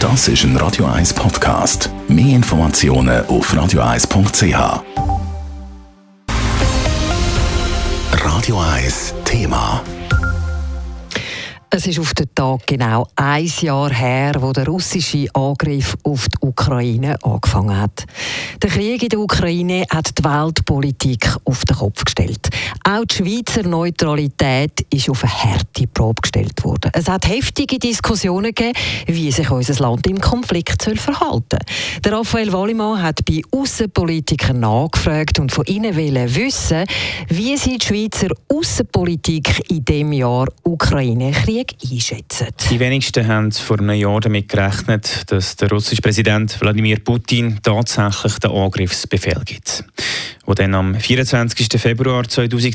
Das ist ein Radio 1 Podcast. Mehr Informationen auf radio1.ch. Radio 1 Thema. Es ist auf den Tag genau 1 Jahr her, wo der russische Angriff auf die Ukraine angefangen hat. Der Krieg in der Ukraine hat die Weltpolitik auf den Kopf gestellt. Auch die Schweizer Neutralität ist auf eine harte Probe gestellt worden. Es hat heftige Diskussionen gegeben, wie sich unser Land im Konflikt verhalten soll. Der Raphael Wallimann hat bei Aussenpolitikern nachgefragt und von ihnen wissen, wie sie die Schweizer Aussenpolitik in diesem Jahr Ukraine-Krieg einschätzen. Die wenigsten haben vor einem Jahr damit gerechnet, dass der russische Präsident Wladimir Putin tatsächlich den Angriffsbefehl gibt. Wo dann am 24. Februar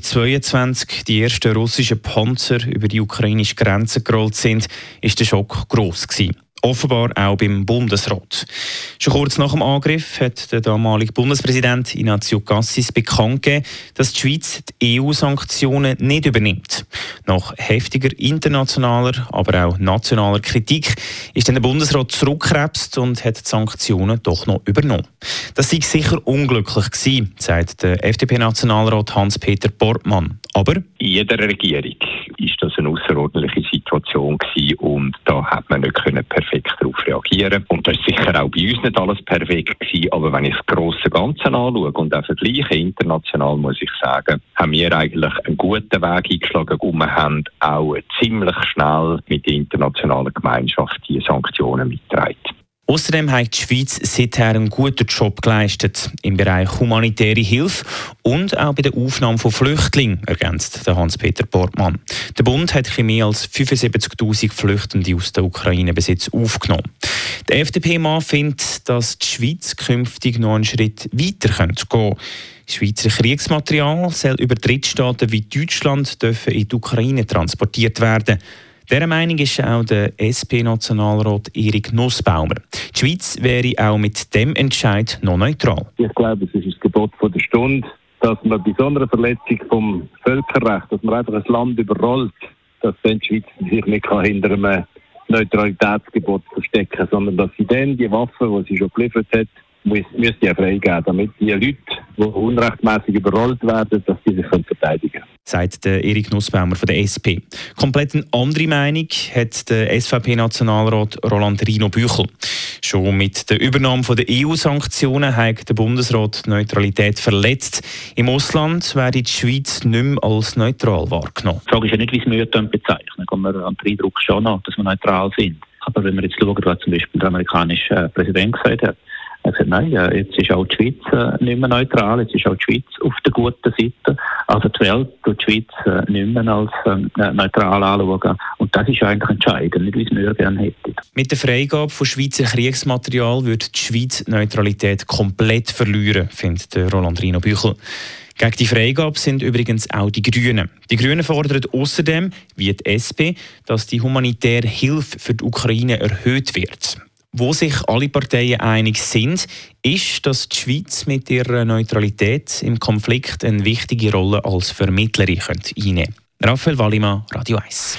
2022 die ersten russischen Panzer über die ukrainische Grenze gerollt sind, ist der Schock gross gewesen. Offenbar auch beim Bundesrat. Schon kurz nach dem Angriff hat der damalige Bundespräsident Ignazio Cassis bekannt gegeben, dass die Schweiz die EU-Sanktionen nicht übernimmt. Nach heftiger internationaler, aber auch nationaler Kritik ist dann der Bundesrat zurückgekrebst und hat die Sanktionen doch noch übernommen. Das sei sicher unglücklich gewesen, sagt der FDP-Nationalrat Hans-Peter Portmann. Aber in jeder Regierung ist das eine außerordentliche Situation gewesen und da hat man nicht perfekt darauf reagieren. Und das ist sicher auch bei uns nicht alles perfekt gewesen, aber wenn ich das grosse Ganze anschaue und auch vergleiche international, muss ich sagen, haben wir eigentlich einen guten Weg eingeschlagen und wir haben auch ziemlich schnell mit der internationalen Gemeinschaft die Sanktionen mitgetragen. Außerdem hat die Schweiz seither einen guten Job geleistet im Bereich humanitäre Hilfe und auch bei der Aufnahme von Flüchtlingen, ergänzt der Hans-Peter Portmann. Der Bund hat mehr als 75'000 Flüchtende aus der Ukraine bis jetzt aufgenommen. Der FDP-Mann findet, dass die Schweiz künftig noch einen Schritt weiter gehen könnte. Schweizer Kriegsmaterial soll über Drittstaaten wie Deutschland dürfen in die Ukraine transportiert werden. Dieser Meinung ist auch der SP-Nationalrat Erik Nussbaumer. Die Schweiz wäre auch mit dem Entscheid noch neutral. Ich glaube, es ist das Gebot der Stunde, dass man bei so einer Verletzung vom Völkerrecht, dass man einfach ein Land überrollt, dass dann die Schweiz sich nicht hinter einem Neutralitätsgebot verstecken kann, sondern dass sie dann die Waffen, die sie schon geliefert hat, müssen ja freigeben, damit die Leute, die unrechtmäßig überrollt werden, dass sie sich verteidigen können. Sagt der Erik Nussbaumer von der SP. Komplett eine andere Meinung hat der SVP-Nationalrat Roland Rino Büchel. Schon mit der Übernahme der EU-Sanktionen hat der Bundesrat die Neutralität verletzt. Im Ausland werde die Schweiz nicht mehr als neutral wahrgenommen. Die Frage ist ja nicht, wie wir bezeichnen. Kommen wir an den Eindruck schon an, dass wir neutral sind. Aber wenn wir jetzt schauen, was zum Beispiel der amerikanische Präsident gesagt hat, er hat gesagt, nein, jetzt ist auch die Schweiz nicht mehr neutral, jetzt ist auch die Schweiz auf der guten Seite. Also die Welt tut die Schweiz nicht mehr als neutral anschauen. Und das ist eigentlich entscheidend, nicht wie es wir gerne hätten. Mit der Freigabe von Schweizer Kriegsmaterial wird die Schweiz Neutralität komplett verlieren, findet Roland Rino Büchel. Gegen die Freigabe sind übrigens auch die Grünen. Die Grünen fordern außerdem, wie die SP, dass die humanitäre Hilfe für die Ukraine erhöht wird. Wo sich alle Parteien einig sind, ist, dass die Schweiz mit ihrer Neutralität im Konflikt eine wichtige Rolle als Vermittlerin einnehmen könnte. Raphael Wallimann, Radio 1.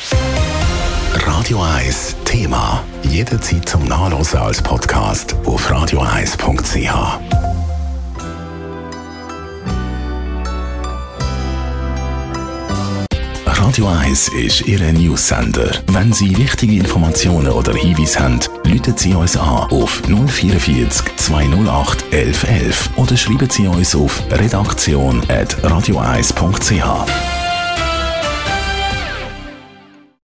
Radio 1 Thema. Jederzeit zum Nachlesen als Podcast auf radio1.ch. Radio 1 ist Ihr News-Sender. Wenn Sie wichtige Informationen oder Hinweise haben, rufen Sie uns an auf 044 208 1111 oder schreiben Sie uns auf redaktion@radio1.ch.